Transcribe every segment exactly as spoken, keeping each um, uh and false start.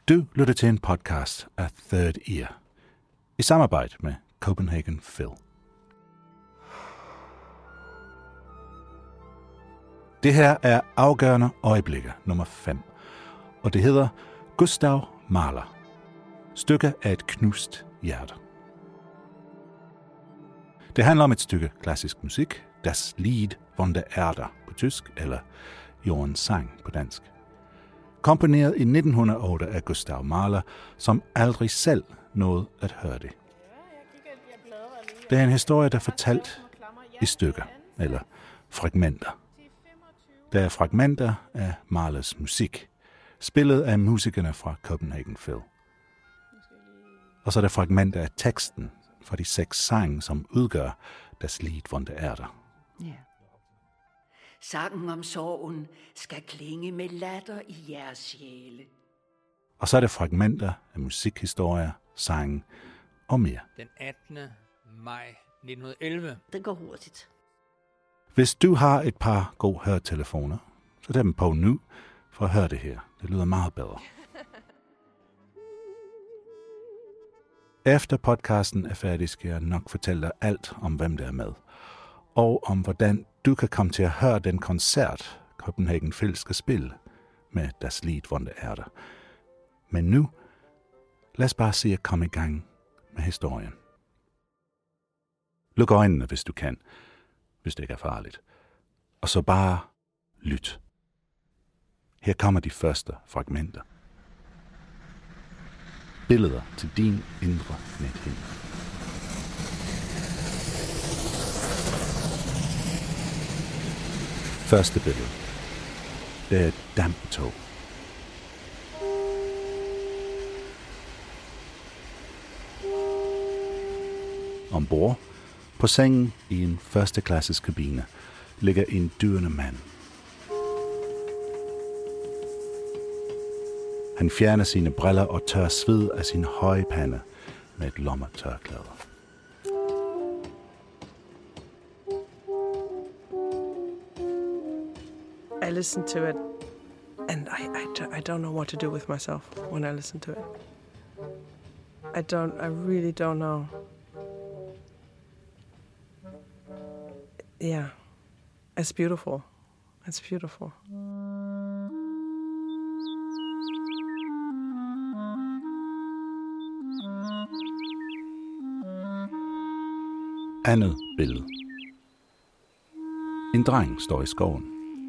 Du lytter til en podcast af Third Ear i samarbejde med Copenhagen Phil. Det her er Afgørende øjeblikke nummer fem, og det hedder Gustav Mahler. Stykke af et knust hjerte. Det handler om et stykke klassisk musik, Das Lied von der Erde på tysk, eller Jordens sang på dansk. Komponeret i nitten hundrede og otte af Gustav Mahler, som aldrig selv nåede at høre det. Det er en historie, der er fortalt i stykker, eller fragmenter. Der er fragmenter af Mahlers musik, spillet af musikerne fra Copenhagen Phil. Og så er der fragmenter af teksten fra de seks sange, som udgør Das Lied von der Erde. Ja. Sangen om sorgen skal klinge med latter i jeres sjæle. Og så er der fragmenter af musikhistorier, sange og mere. Den attende maj nitten elleve. Det går hurtigt. Hvis du har et par gode høretelefoner, så tag dem på nu for at høre det her. Det lyder meget bedre. Efter podcasten er færdig, skal jeg nok fortælle dig alt om, hvem der er med. Og om hvordan du kan komme til at høre den koncert, Copenhagen Phil skal spille med Das Lied von der Erde. Men nu, lad os bare se at komme i gang med historien. Luk øjnene, hvis du kan, hvis det ikke er farligt. Og så bare lyt. Her kommer de første fragmenter. Billeder til din indre nethinde. Første billede. Det er et damptog. Ombord på sengen i en førsteklasses kabine ligger en dyrende mand. Han fjerner sine briller og tør sved af sin høje pande med et lommetørklæde. I listen to it, and I, I, I don't know what to do with myself when I listen to it. I don't, I really don't know. Yeah, it's beautiful. It's beautiful. Andet billede. En dreng står i skoven.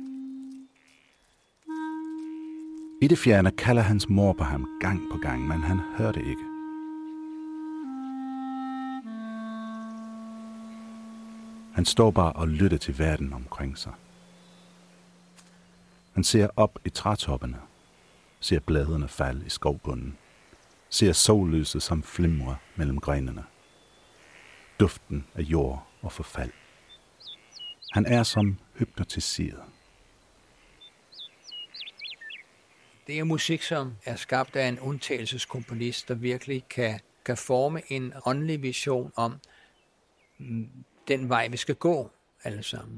I det fjerne kalder hans mor på ham gang på gang, men han hører det ikke. Han står bare og lytter til verden omkring sig. Han ser op i trætoppene, ser bladene falde i skovbunden, ser sollyset som flimrer mellem grenene. Duften af jord og forfald. Han er som hypnotiseret. Det er musik, som er skabt af en undtagelseskomponist, der virkelig kan, kan forme en åndelig vision om mm, den vej, vi skal gå alle sammen.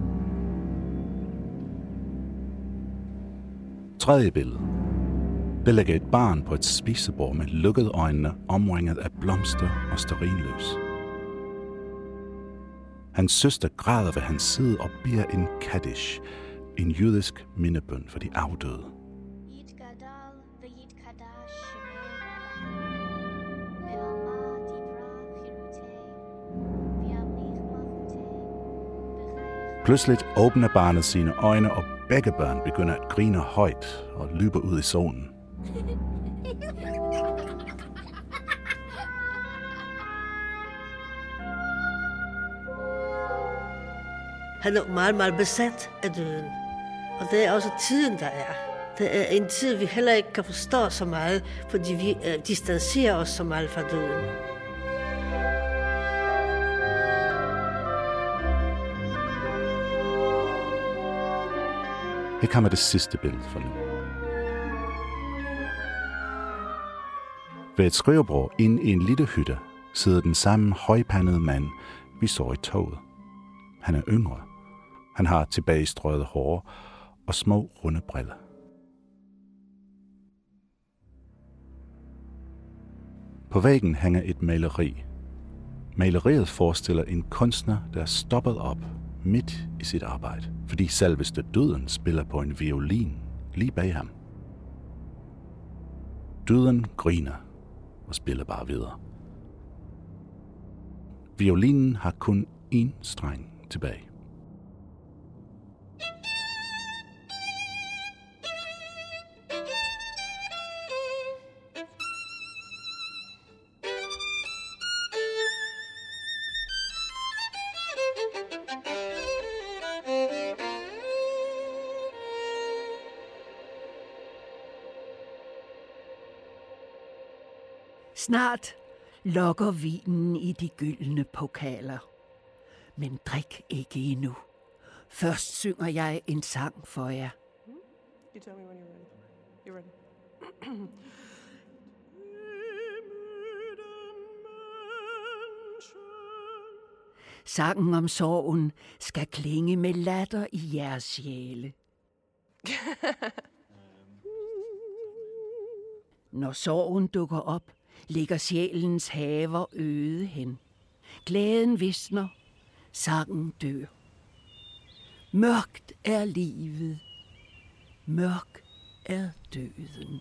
Tredje billede. Der ligger et barn på et spisebord med lukkede øjne, omringet af blomster og stearinlys. Hans søster græder ved hans side og beder en kaddish, en jødisk mindebøn for de afdøde. Pludselig åbner barnet sine øjne, og begge børn begynder at grine højt og løber ud i solen. Han er meget, meget besat af døden. Og det er også tiden, der er. Det er en tid, vi heller ikke kan forstå så meget, fordi vi uh, distancerer os så meget fra døden. Her kommer det sidste billede for nu. Ved et skrivebord inde i en lille hytte sidder den samme højpandede mand, vi så i toget. Han er yngre. Han har tilbagestrøget hår og små runde briller. På væggen hænger et maleri. Maleriet forestiller en kunstner, der er stoppet op midt i sit arbejde, fordi selveste døden spiller på en violin lige bag ham. Døden griner og spiller bare videre. Violinen har kun én streng tilbage. Snart lokker vinen i de gyldne pokaler. Men drik ikke endnu. Først synger jeg en sang for jer. You tell me when you're ready. You're ready. Sangen om sorgen skal klinge med latter i jeres sjæle. Når sorgen dukker op, ligger sjælens haver øde hen. Glæden visner, sangen dør. Mørkt er livet, mørk er døden.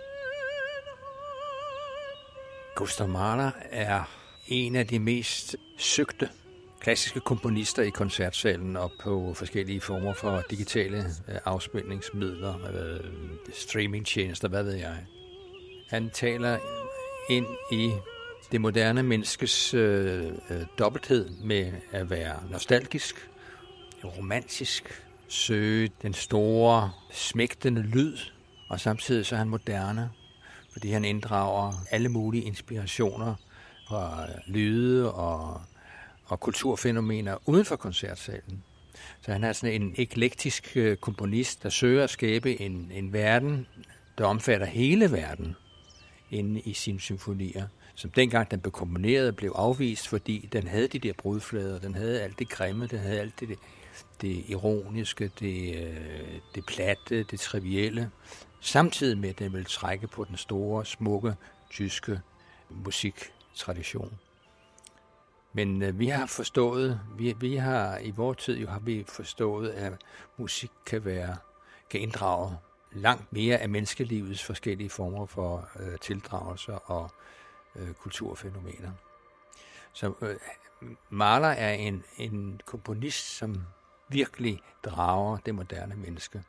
Gustav Mahler er en af de mest søgte klassiske komponister i koncertsalen og på forskellige former for digitale afspilningsmidler, streamingtjenester, hvad ved jeg. Han taler ind i det moderne menneskes øh, øh, dobbelthed med at være nostalgisk, romantisk, søge den store, smægtende lyd, og samtidig så er han moderne, fordi han inddrager alle mulige inspirationer fra lyde og, og kulturfænomener uden for koncertsalen. Så han er sådan en eklektisk øh, komponist, der søger at skabe en, en verden, der omfatter hele verden, inde i sine symfonier, som dengang den blev komponeret, blev afvist, fordi den havde de der brudflader, den havde alt det grimme, den havde alt det, det ironiske, det, det platte, det trivielle, samtidig med, at den ville trække på den store, smukke, tyske musiktradition. Men øh, vi har forstået, vi, vi har i vores tid jo har vi forstået, at musik kan være, kan inddrage langt mere af menneskelivets forskellige former for øh, tildragelser og øh, kulturfænomener. Så øh, Mahler er en, en komponist, som virkelig drager det moderne menneske.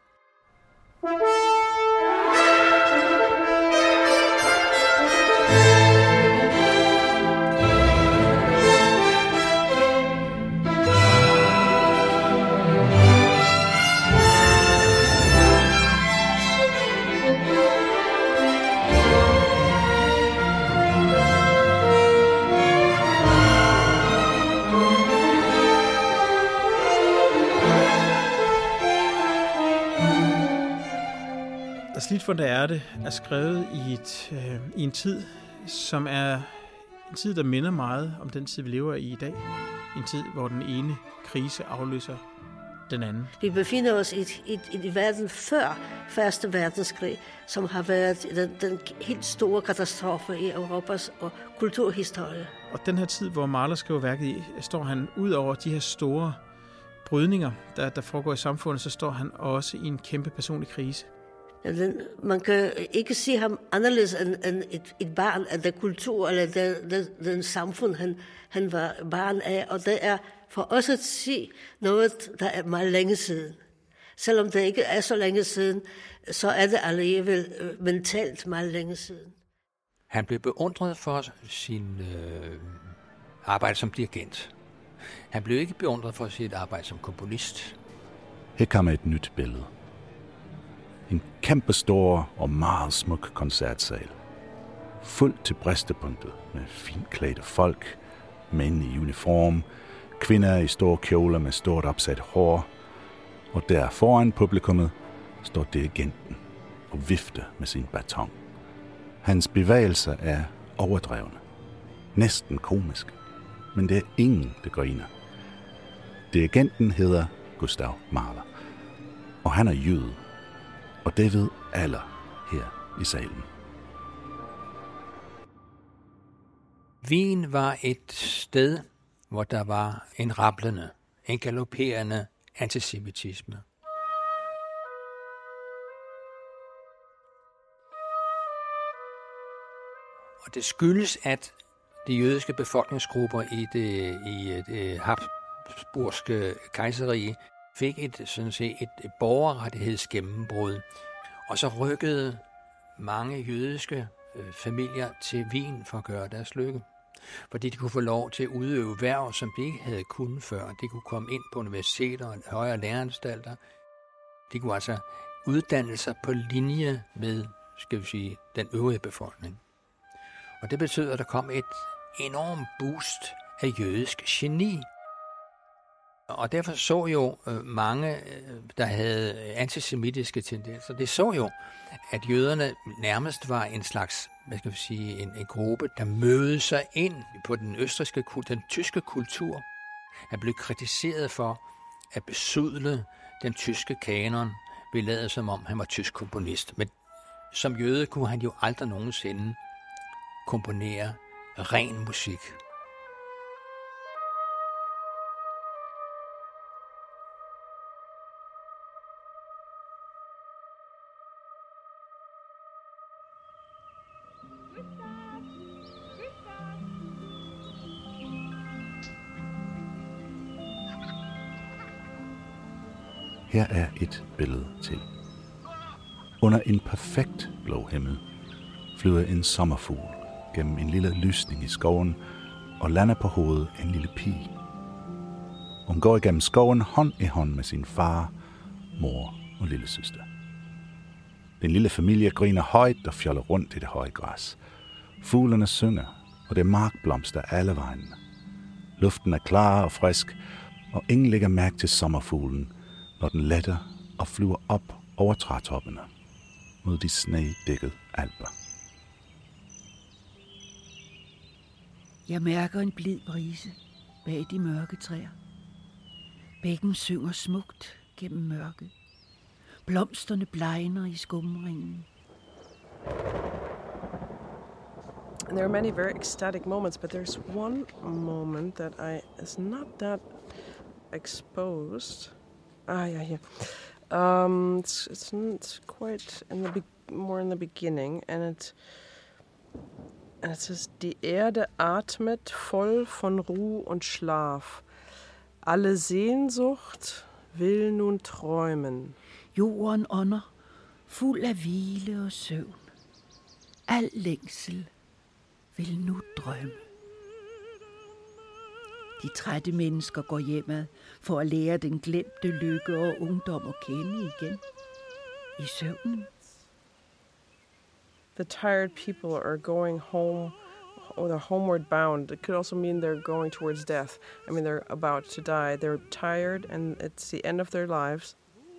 Das Lied von der Erde er skrevet i, et, øh, i en tid, som er en tid, der minder meget om den tid, vi lever i i dag. En tid, hvor den ene krise afløser den anden. Vi befinder os i, i, i verden før Første Verdenskrig, som har været den, den helt store katastrofe i Europas og kulturhistorie. Og den her tid, hvor Mahler skriver værket i, står han ud over de her store brydninger, der, der foregår i samfundet, så står han også i en kæmpe personlig krise. Den, man kan ikke se ham anderledes end, end et, et barn af den kultur eller den, den, den samfund, han, han var barn af. Og det er for os at se noget, der er meget længe siden. Selvom det ikke er så længe siden, så er det alligevel mentalt meget længe siden. Han blev beundret for sin øh, arbejde som dirigent. Han blev ikke beundret for sit arbejde som komponist. Her kommer et nyt billede. En kæmpestor og meget smuk koncertsal. Fuldt til bristepunktet med finklædte folk, mænd i uniform, kvinder i store kjoler med stort opsat hår. Og der foran publikummet står dirigenten og vifter med sin baton. Hans bevægelser er overdrevne, næsten komiske, men det er ingen, der griner. Dirigenten hedder Gustav Mahler, og han er jøde. Og det ved alle her i salen. Wien var et sted, hvor der var en rablende, en galopperende antisemitisme. Og det skyldes, at de jødiske befolkningsgrupper i det, i det habsburgske kejserrige fik et, sådan set, et borgerrettighedsgennembrud. Og så rykkede mange jødiske øh, familier til Wien for at gøre deres lykke. Fordi de kunne få lov til at udøve hverv, som de ikke havde kunnet før. De kunne komme ind på universiteter og højere læreanstalter. De kunne altså uddanne sig på linje med, skal vi sige, den øvrige befolkning. Og det betød, at der kom et enormt boost af jødisk geni. Og derfor så jo mange, der havde antisemitiske tendenser, det så jo, at jøderne nærmest var en slags, hvad skal vi sige, en, en gruppe, der mødede sig ind på den østrigske, den tyske kultur. Han blev kritiseret for at besudle den tyske kanon ved lade som om han var tysk komponist. Men som jøde kunne han jo aldrig nogensinde komponere ren musik. Her er et billede til. Under en perfekt blå himmel flyver en sommerfugl gennem en lille lysning i skoven og lander på hovedet en lille pige. Hun går igennem skoven hånd i hånd med sin far, mor og lillesøster. Den lille familie griner højt og fjoller rundt i det høje græs. Fuglene synger, og det er markblomster alle vejen. Luften er klar og frisk, og ingen lægger mærke til sommerfuglen, når den letter og flyver op over trætoppene mod de snedækkede alper. Jeg mærker en blid brise bag de mørke træer. Bækken synger smukt gennem mørket. Blomsterne blegner i skumringen. And there are many very ecstatic moments, but there's one moment that I is not that exposed. Ah, yeah, yeah. Um, it's it's, it's quite in the be- more in the beginning, and it and it says: Die Erde atmet voll von Ruhe und Schlaf. Alle Sehnsucht will nun träumen. Jorden ånder, fuld af hvile og søvn. Al længsel vil nu drømme. De trætte mennesker går hjemad for at lære den glemte lykke og ungdom at kende igen i søvnen. The tired people are going home, or they're homeward bound. It could also mean they're going towards death. I mean, they're about to die. They're tired, and it's the end of their lives.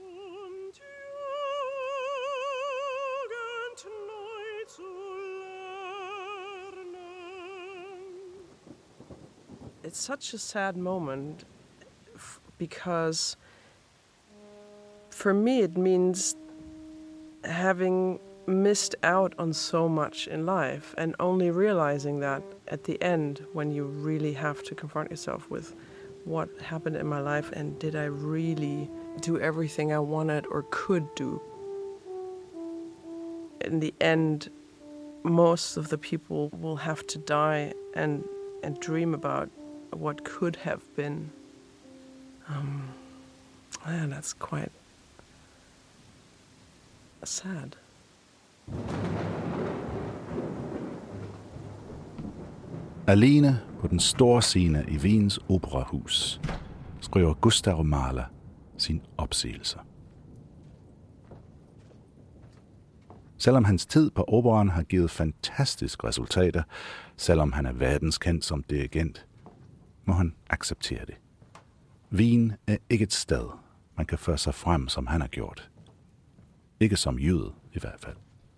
It's such a sad moment f- because for me it means having missed out on so much in life and only realizing that at the end when you really have to confront yourself with what happened in my life and did I really do everything I wanted or could do. In the end, most of the people will have to die and, and dream about what could have been. Um, yeah, that's quite sad. Alene på den store scene i Wiens operahus skriver Gustav Mahler sin opsigelse. Selvom hans tid på operaen har givet fantastiske resultater, selvom han er verdenskendt som dirigent, må han acceptere det. Wien er ikke et sted, man kan føre sig frem, som han har gjort. Ikke som jøde i hvert fald.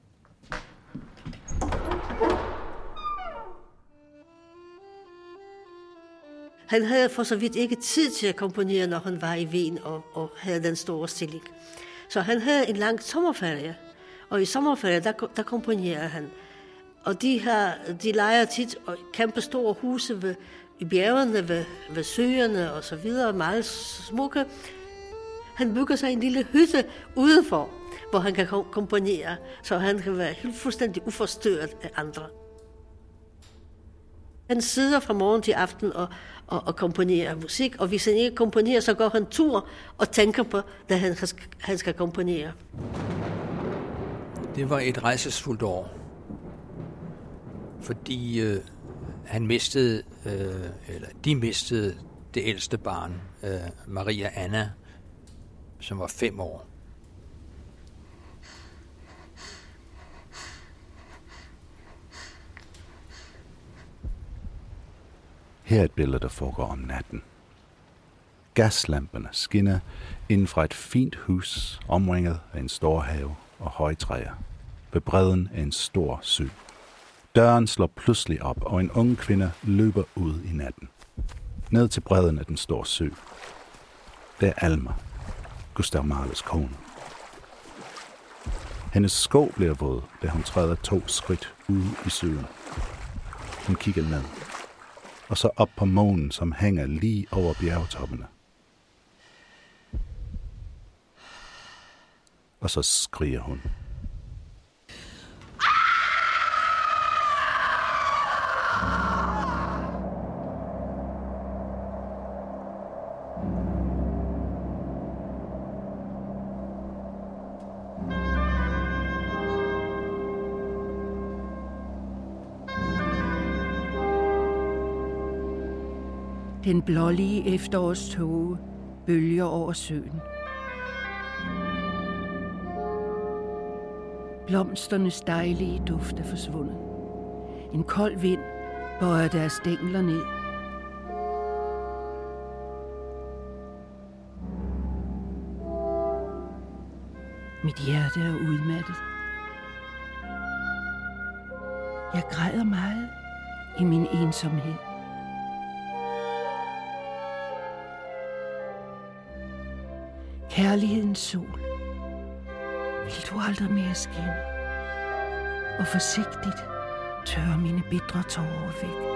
Han havde for så vidt ikke tid til at komponere, når han var i Wien og, og havde den store stilling. Så han havde en lang sommerferie, og i sommerferie, der, der komponerede han. Og de, har, de leger tit kæmpe store huse ved, i bjergene, ved, ved søerne og så videre, meget smukke. Han bygger sig en lille hytte udenfor, hvor han kan komponere, så han kan være helt fuldstændig uforstyrret af andre. Han sidder fra morgen til aften og, og, og komponerer musik, og hvis han ikke komponerer, så går han tur og tænker på, at han, han skal komponere. Det var et rejsesfuldt år, fordi øh, han mistede, øh, eller de mistede det ældste barn, øh, Maria Anna, som var fem år. Her er et billede, der foregår om natten. Gaslamperne skinner inden fra et fint hus, omringet af en stor have og høje træer. Ved bredden af en stor sø. Døren slår pludselig op, og en ung kvinde løber ud i natten. Ned til bredden af den store sø. Der er Alma, Gustav Mahlers kone. Hendes sko bliver våd, da hun træder to skridt ude i søen. Hun kigger ned. Og så op på månen, som hænger lige over bjergtoppene. Og så skriger hun. Den blålige efterårståge bølger over søen. Blomsternes dejlige duft er forsvundet. En kold vind bøjer deres stængler ned. Mit hjerte er udmattet. Jeg græder meget i min ensomhed. Kærlighedens sol, vil du aldrig mere skinne, og forsigtigt tørre mine bitre tårer væk.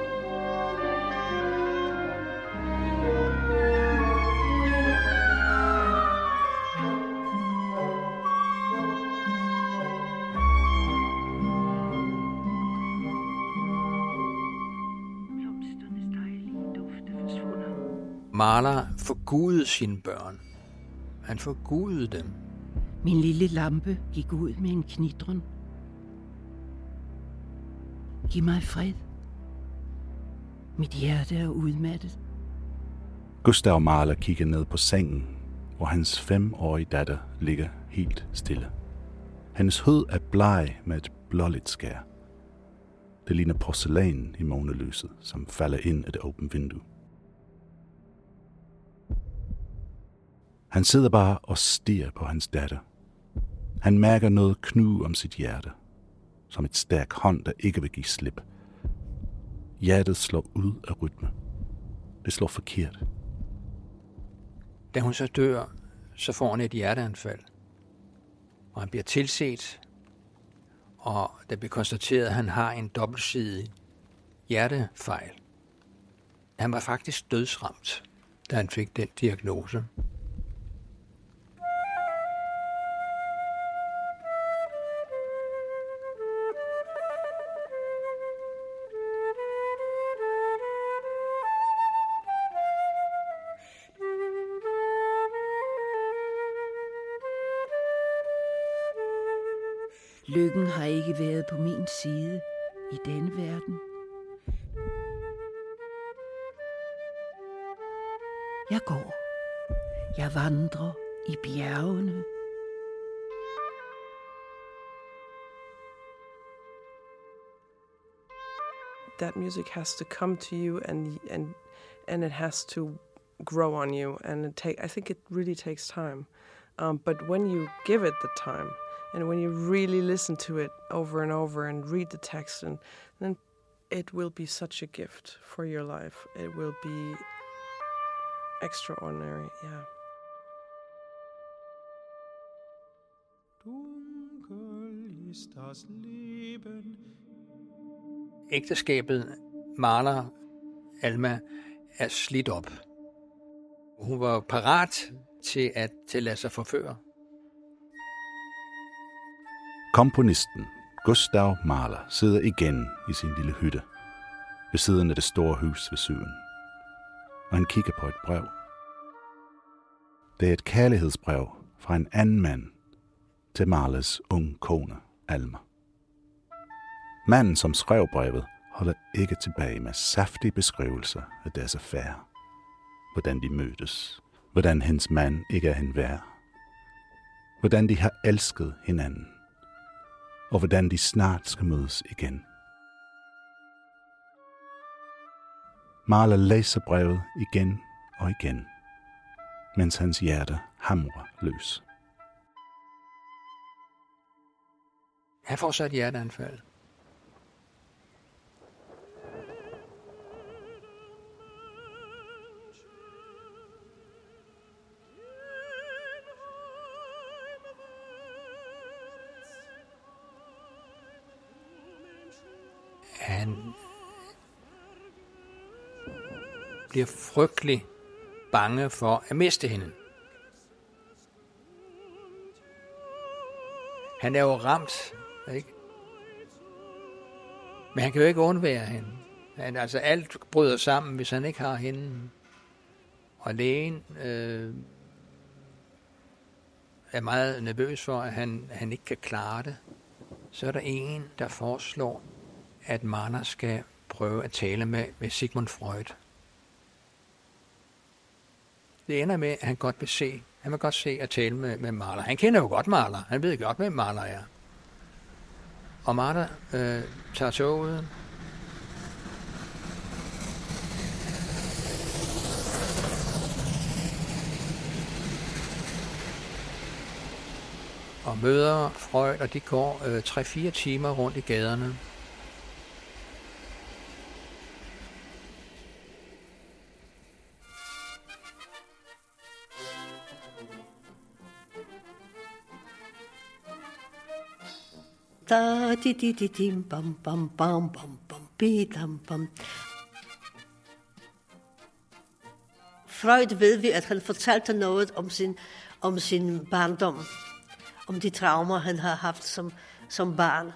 Mahler forgudede sine børn. Han forgudede dem. Min lille lampe gik ud med en knitren. Giv mig fred. Mit hjerte er udmattet. Gustav Mahler kigger ned på sengen, hvor hans femårige datter ligger helt stille. Hendes hud er bleg med et blåligt skær. Det ligner porcelæn i månelyset, som falder ind af det åbne vindue. Han sidder bare og stirrer på hans datter. Han mærker noget knuge om sit hjerte, som et stærk hånd, der ikke vil give slip. Hjertet slår ud af rytme. Det slår forkert. Da hun så dør, så får han et hjerteanfald. Og han bliver tilset, og det bliver konstateret, at han har en dobbeltsidig hjertefejl. Han var faktisk dødsramt, da han fik den diagnose. Lykken har ikke været på min side i denne verden. Jeg går. Jeg vandrer i bjergene. That music has to come to you, and and and it has to grow on you, and it take. I think it really takes time, um, but when you give it the time, and when you really listen to it over and over and read the text, and then it will be such a gift for your life. It will be extraordinary, yeah. Dunkel ist das Leben ægteskabet Mahler Alma er slidt op. Hun var parat til at til lade sig forføre. Komponisten Gustav Mahler sidder igen i sin lille hytte ved siden af det store hus ved søen, og han kigger på et brev. Det er et kærlighedsbrev fra en anden mand til Mahlers unge kone, Alma. Manden, som skrev brevet, holder ikke tilbage med saftige beskrivelser af deres affære. Hvordan de mødtes, hvordan hendes mand ikke er hende værd, hvordan de har elsket hinanden, og hvordan de snart skal mødes igen. Mahler læser brevet igen og igen, mens hans hjerte hamrer løs. Han får så et hjerteanfald. Han bliver frygtelig bange for at miste hende. Han er jo ramt, ikke? Men han kan jo ikke undvære hende. Han, altså alt bryder sammen, hvis han ikke har hende. Og lægen øh, er meget nervøs for, at han, han ikke kan klare det. Så er der en, der foreslår, at Mahler skal prøve at tale med, med Sigmund Freud. Det ender med, at han godt vil se, han vil godt se at tale med, med Mahler. Han kender jo godt Mahler. Han ved godt, hvem Mahler er. Og Mahler øh, tager toget. Og møder Freud, og de går øh, tre-fire timer rundt i gaderne. Da di di di dim bam bam bam bam bam bi dam bam. Freud ved vi, at han fortalte noget om sin om sin barndom, om de traumer han har haft som som barn.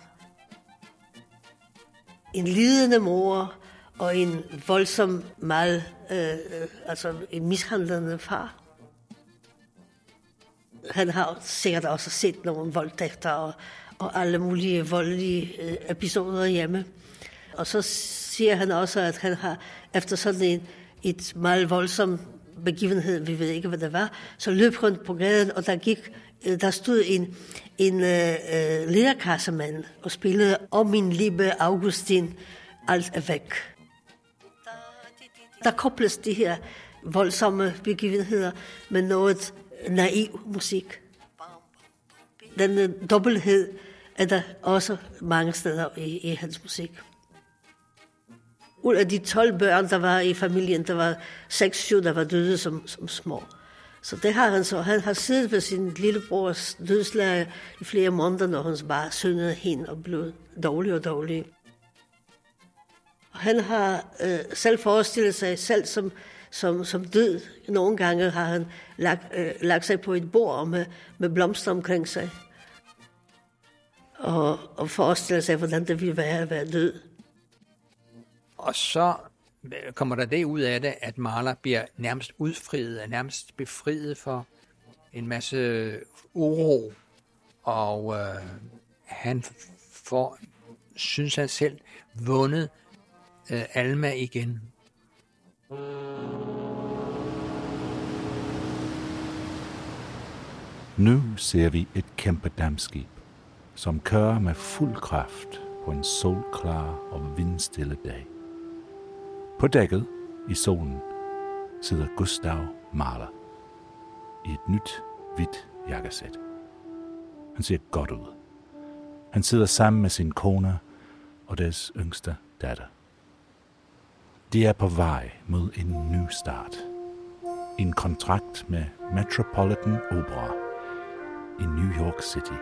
En lidende mor og en voldsom mal, øh, altså en mishandlende far. Han har sikkert også set nogle voldtægter og og alle mulige voldelige øh, episoder hjemme. Og så siger han også, at han har efter sådan en et meget voldsom begivenhed, vi ved ikke, hvad det var, så løb rundt på gaden, og der gik, øh, der stod en, en øh, lederkassemand og spillede "Om min liebe Augustin, alt er væk". Der kobles de her voldsomme begivenheder med noget naiv musik. Den dobbelthed er der også mange steder i, i hans musik. Ud af de tolv børn, der var i familien, der var seks syv, der var døde som, som små. Så det har han så. Han har siddet ved sin lillebrors dødsleje i flere måneder, når han bare syngede hen og blev dårlig og dårlig. Og han har øh, selv forestillet sig selv som, som, som død. Nogle gange har han lagt, øh, lagt sig på et bord med, med blomster omkring sig. Og, og forestille sig, hvordan det ville være at være død. Og så kommer der det ud af det, at Mahler bliver nærmest udfriet, nærmest befriet for en masse uro. Og øh, han får, synes han selv, vundet øh, Alma igen. Nu ser vi et kæmpe dampskib, som kører med fuld kraft på en solklar og vindstille dag. På dækket i solen sidder Gustav Mahler i et nyt, hvidt jakkesæt. Han ser godt ud. Han sidder sammen med sin kone og deres yngste datter. De er på vej mod en ny start. En kontrakt med Metropolitan Opera i New York City.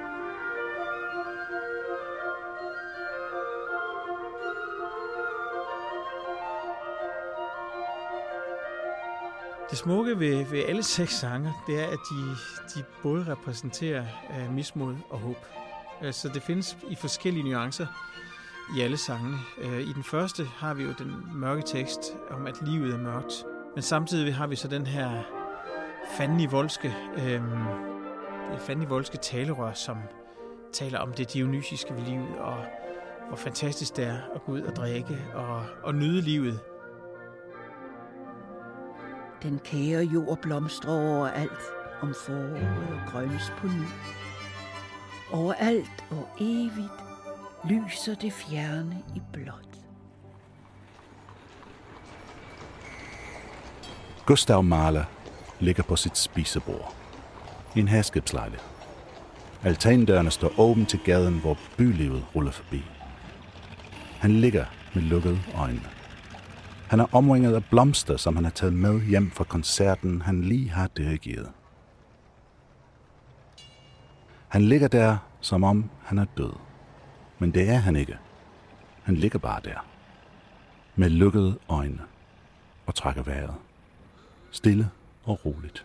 Det smukke ved, ved alle seks sange, det er, at de, de både repræsenterer uh, mismod og håb. Uh, så det findes i forskellige nuancer i alle sangene. Uh, I den første har vi jo den mørke tekst om, at livet er mørkt. Men samtidig har vi så den her fandelig voldske, uh, fandelig voldske talerør, som taler om det dionysiske ved livet, og hvor fantastisk det er at gå ud og drikke og, og nyde livet. Den kære jord blomstrer overalt, om foråret og grønnes på ny. Overalt og evigt lyser det fjerne i blåt. Gustav Mahler ligger på sit spisebord i en herskabslejlighed. Altandørene står åben til gaden, hvor bylivet ruller forbi. Han ligger med lukkede øjne. Han er omringet af blomster, som han har taget med hjem fra koncerten, han lige har dirigeret. Han ligger der, som om han er død. Men det er han ikke. Han ligger bare der. Med lukkede øjne og trækker vejret. Stille og roligt.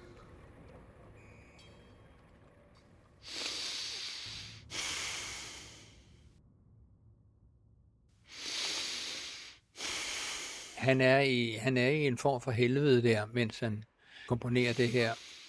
Han er, i, han er i en form for helvede der, mens han komponerer det her.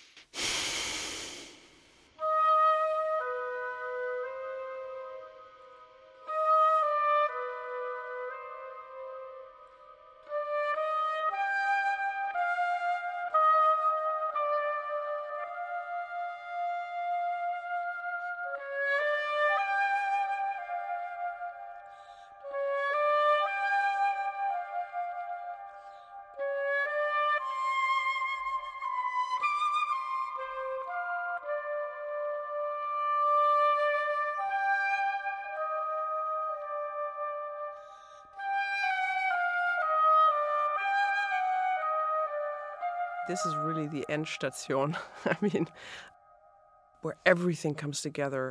This is really the Endstation. I mean, where everything comes together.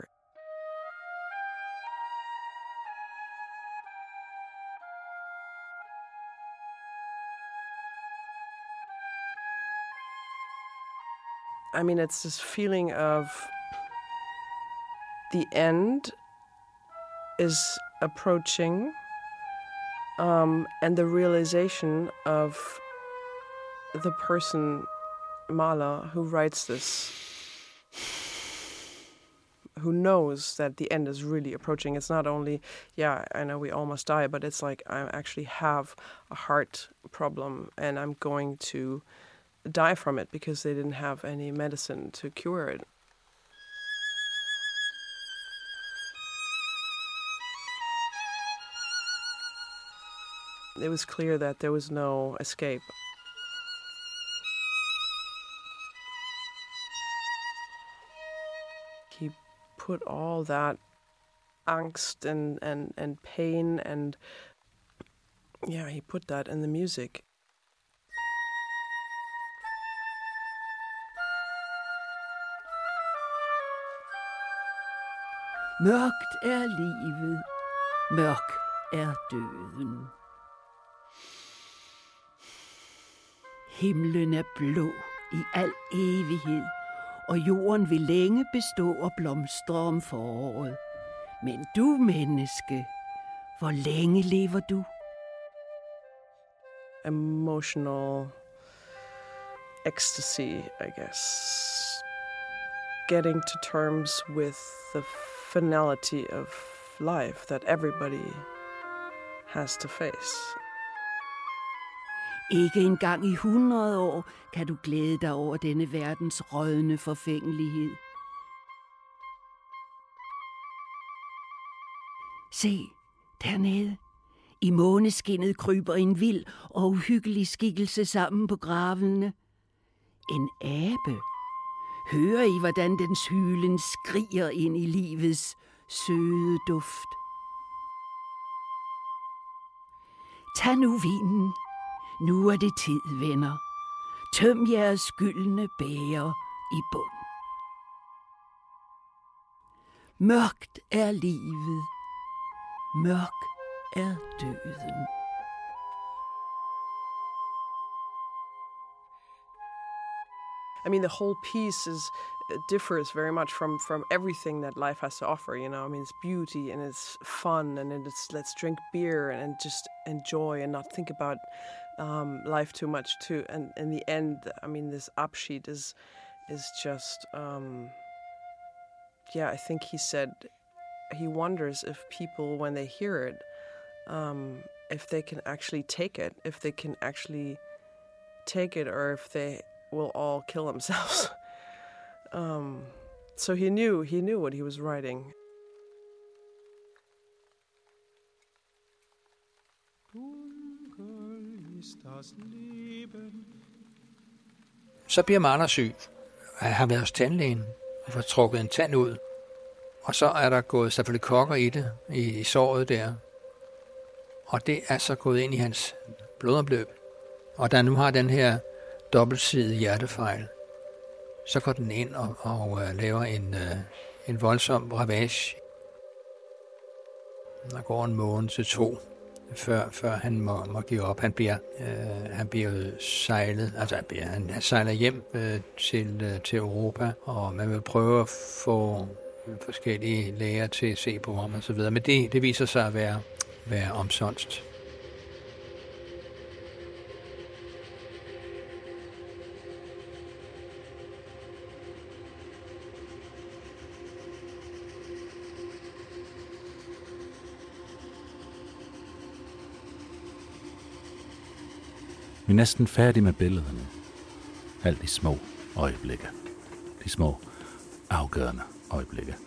I mean, it's this feeling of the end is approaching, um, and the realization of the person, Mahler, who writes this, who knows that the end is really approaching. It's not only, yeah, I know we all must die, but it's like I actually have a heart problem and I'm going to die from it because they didn't have any medicine to cure it. It was clear that there was no escape. He put all that angst and, and, and pain and, yeah, he put that in the music. Mørkt er livet, mørk er døden. Himlen er blå i al evighed, og jorden vil længe bestå og blomstre om foråret. Men du, menneske, hvor længe lever du? Emotional ecstasy, I guess. Getting to terms with the finality of life that everybody has to face. Ikke engang i hundrede år kan du glæde dig over denne verdens rådne forfængelighed. Se, dernede. I måneskinnet kryber en vild og uhyggelig skikkelse sammen på gravene. En abe. Hører I, hvordan dens hylen skriger ind i livets søde duft? Tag nu vinen. Nu er det tid, venner. Tøm jeres gyldne bæger i bund. Mørkt er livet. Mørk er døden. I mean, the whole piece is differs very much from from everything that life has to offer. You know, I mean, it's beauty and it's fun and it's let's drink beer and, and just enjoy and not think about um, life too much. Too, and in the end, I mean, this Abschied is is just. Um, yeah, I think he said he wonders if people, when they hear it, um, if they can actually take it, if they can actually take it, or if they will all kill themselves. um, so he knew he knew what he was writing. Så bliver Mahler syg. Han har været hos tandlægen og får trukket en tand ud. Og så er der gået selvfølgelig kokker i det, i, i såret der. Og det er så gået ind i hans blodomløb. Og da han nu har den her dobbeltsidige hjertefejl, så går den ind og, og uh, laver en, uh, en voldsom ravage. Der går en måned til to, før, før han må, må give op. Han bliver, øh, han bliver sejlet, altså han, bliver, han sejler hjem øh, til, øh, til Europa, og man vil prøve at få forskellige læger til at se på ham og så videre. Men det, det viser sig at være, være omsonst. Vi er næsten færdige med billederne. Alle de små øjeblikke. De små afgørende øjeblikke.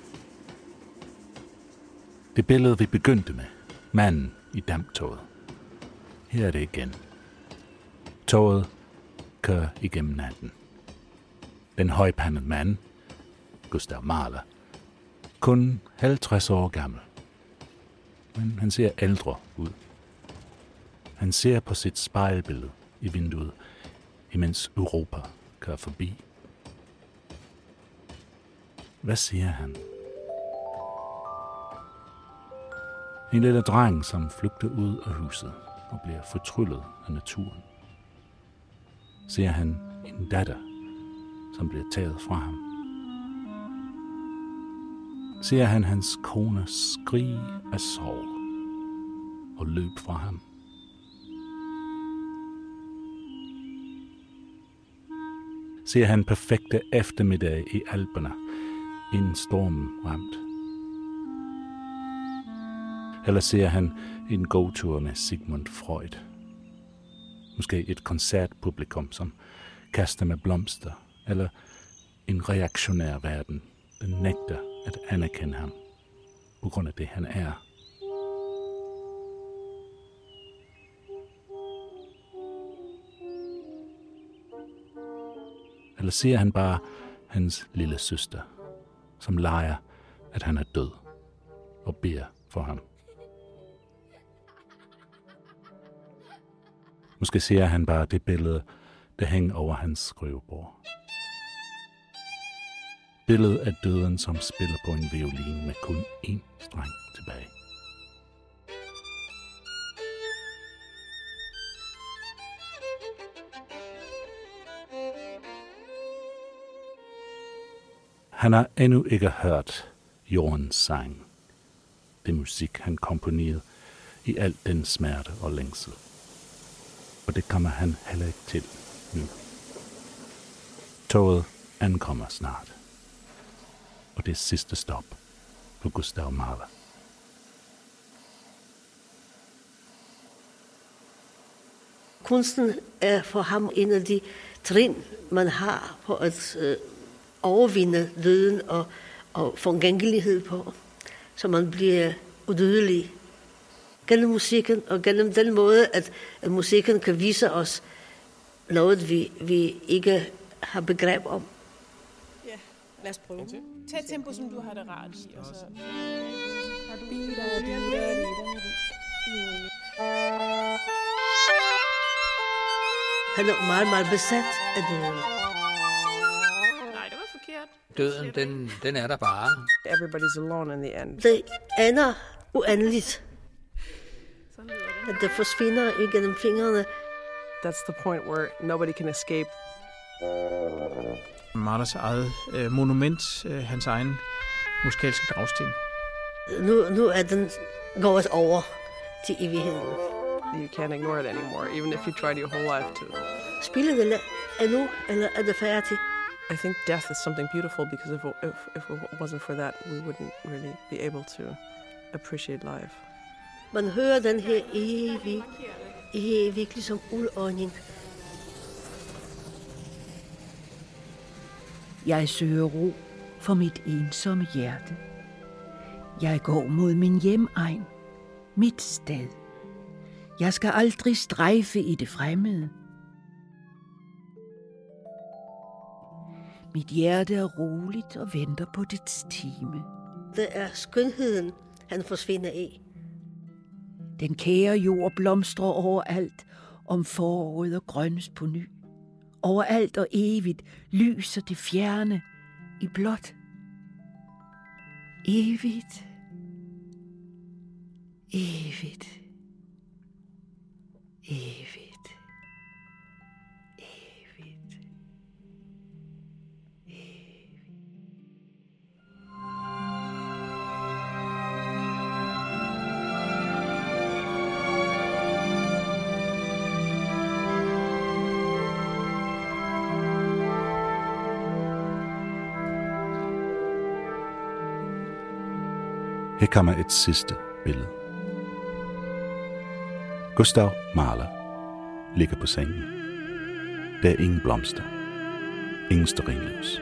Det billede, vi begyndte med. Manden i damptoget. Her er det igen. Toget kører igennem natten. Den højpandede mand, Gustav Mahler, kun halvtreds år gammel. Men han ser ældre ud. Han ser på sit spejlbillede i vinduet, imens Europa kører forbi. Hvad siger han? En lille dreng, som flygter ud af huset og bliver fortryllet af naturen. Ser han en datter, som bliver taget fra ham. Ser han hans kone skrige af sorg og løbe fra ham. Ser han perfekte eftermiddag i Alperne, inden stormen ramt. Eller ser han en gåtur med Sigmund Freud. Måske et koncertpublikum, som kaster med blomster, eller en reaktionær verden, der nægter at anerkende ham, på grund af det han er. Eller ser han bare hans lille søster, som leger, at han er død, og beder for ham. Måske ser han bare det billede, der hænger over hans skrivebord. Billedet af døden, som spiller på en violin med kun én streng tilbage. Han har endnu ikke hørt jordens sang, det musik han komponerede i al den smerte og længsel. Og det kommer han heller ikke til nu. Toget ankommer snart, og det er sidste stop for Gustav Mahler. Kunsten er for ham en af de trin, man har på at øh, overvinde døden og, og forgængelighed på, så man bliver udødelig. Gennem musikken og gennem den måde, at, at musikken kan vise os noget, vi, vi ikke har begreb om. Ja, lad os prøve. Tag et tempo, som du har det rart i. Og så... Han er meget, meget besat af døden. Nej, det var forkert. Døden, den, den er der bare. Everybody's alone in the end. Det ender uendeligt. At det forsvinder igennem fingrene. That's the point where nobody can escape Mahlers eget øh, monument, øh, hans egen musikalske gravsten. Nu, nu er den gået over til evigheden. You can't ignore it anymore, even if you tried your whole life to. Spiller det endnu, eller er det færdigt? I think death is something beautiful, because if, if, if it wasn't for that, we wouldn't really be able to appreciate life. Man hører den her evig, evig ligesom uldånding. Jeg søger ro for mit ensomme hjerte. Jeg går mod min hjemegn, mit sted. Jeg skal aldrig strejfe i det fremmede. Mit hjerte er roligt og venter på dets time. Det er skønheden, han forsvinder i. Den kære jord blomstrer overalt, om foråret og grønnes på ny. Overalt og evigt lyser det fjerne i blåt. Evigt. Evigt. Evigt. Evigt. Evigt. Her kommer et sidste billede. Gustav Mahler ligger på sengen. Der er ingen blomster. Ingen stearinlys.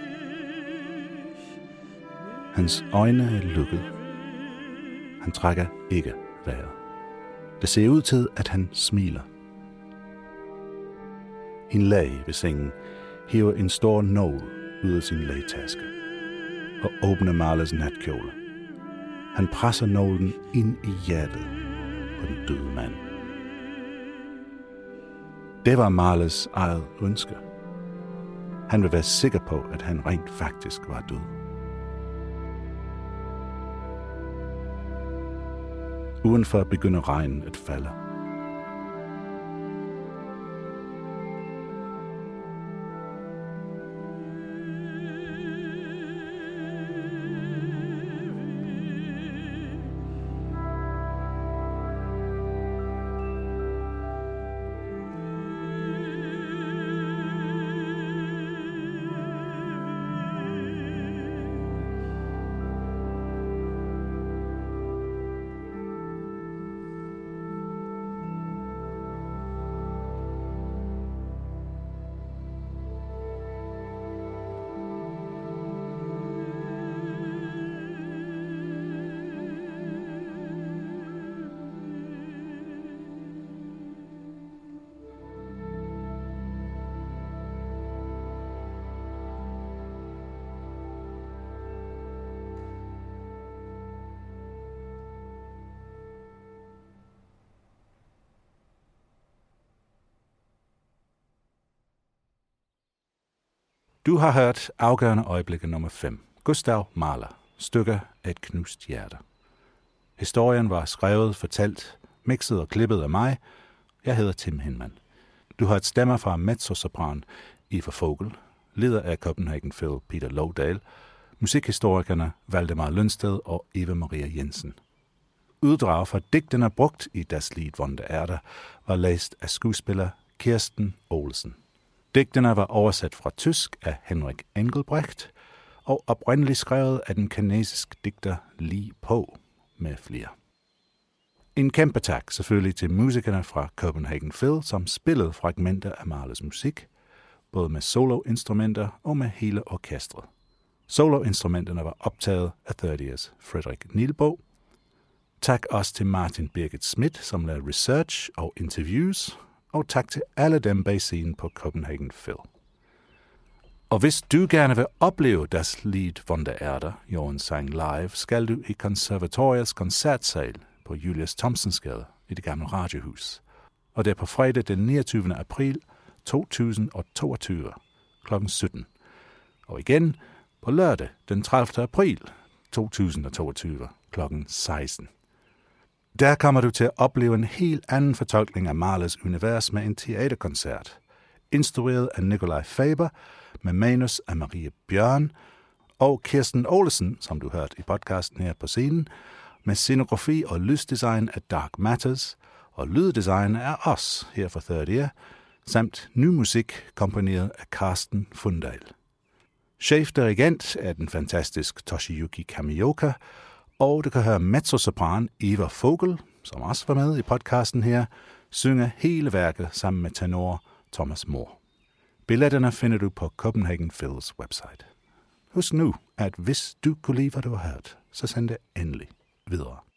Hans øjne er lukket. Han trækker ikke vejret. Det ser ud til, at han smiler. En læge ved sengen hiver en stor nål ud af sin lægetaske og åbner Mahlers natkjole. Han presser nålen ind i hjertet på den døde mand. Det var Mahlers eget ønske. Han vil være sikker på, at han rent faktisk var død. Udenfor begynder regnen at falde. Du har hørt afgørende øjeblikke nummer fem. Gustav Mahler. Stykker af et knust hjerte. Historien var skrevet, fortalt, mixet og klippet af mig. Jeg hedder Tim Hinman. Du har et stemmer fra mezzosopran Eva Fogel, leder af Copenhagen Phil Peter Lowdale, musikhistorikerne Valdemar Lønsted og Eva Maria Jensen. Uddrag fra digtene brugt i Das Lied von der Erde var læst af skuespiller Kirsten Olsen. Digtene var oversat fra tysk af Henrik Engelbrecht og oprindeligt skrevet af den kinesiske digter Li Po med flere. En kæmpe tak selvfølgelig til musikerne fra Copenhagen Phil, som spillede fragmenter af Mahlers musik, både med soloinstrumenter og med hele orkestret. Soloinstrumenterne var optaget af thirtieth Frederik Nielbo. Tak også til Martin Birgit Schmidt, som lavede research og interviews, og tak til alle dem bag scenen på Copenhagen Phil. Og hvis du gerne vil opleve Das Lied von der Erde, Jorden sang live, skal du i konservatoriets koncertsal på Julius Thomsensgade i det gamle radiohus. Og det er på fredag den niogtyvende april to tusind og toogtyve klokken sytten. Og igen på lørdag den tredivte april to tusind og toogtyve klokken seksten. Der kommer du til at opleve en helt anden fortolkning af Mahlers univers med en teaterkoncert. instrueret af Nikolaj Faber, med manus af Marie Bjørn, og Kirsten Olesen, som du hørte i podcasten her på scenen, med scenografi og lysdesign af Dark Matters, og lyddesign af os her for Third Ear, samt ny musik komponeret af Carsten Fundal. Chefdirigent er den fantastiske Toshiyuki Kamioka, og du kan høre mezzosopran Eva Fogel, som også var med i podcasten her, synge hele værket sammen med tenor Thomas Moore. Billetterne finder du på Copenhagen Phils website. Husk nu, at hvis du kunne lide, hvad du har hørt, så send det endelig videre.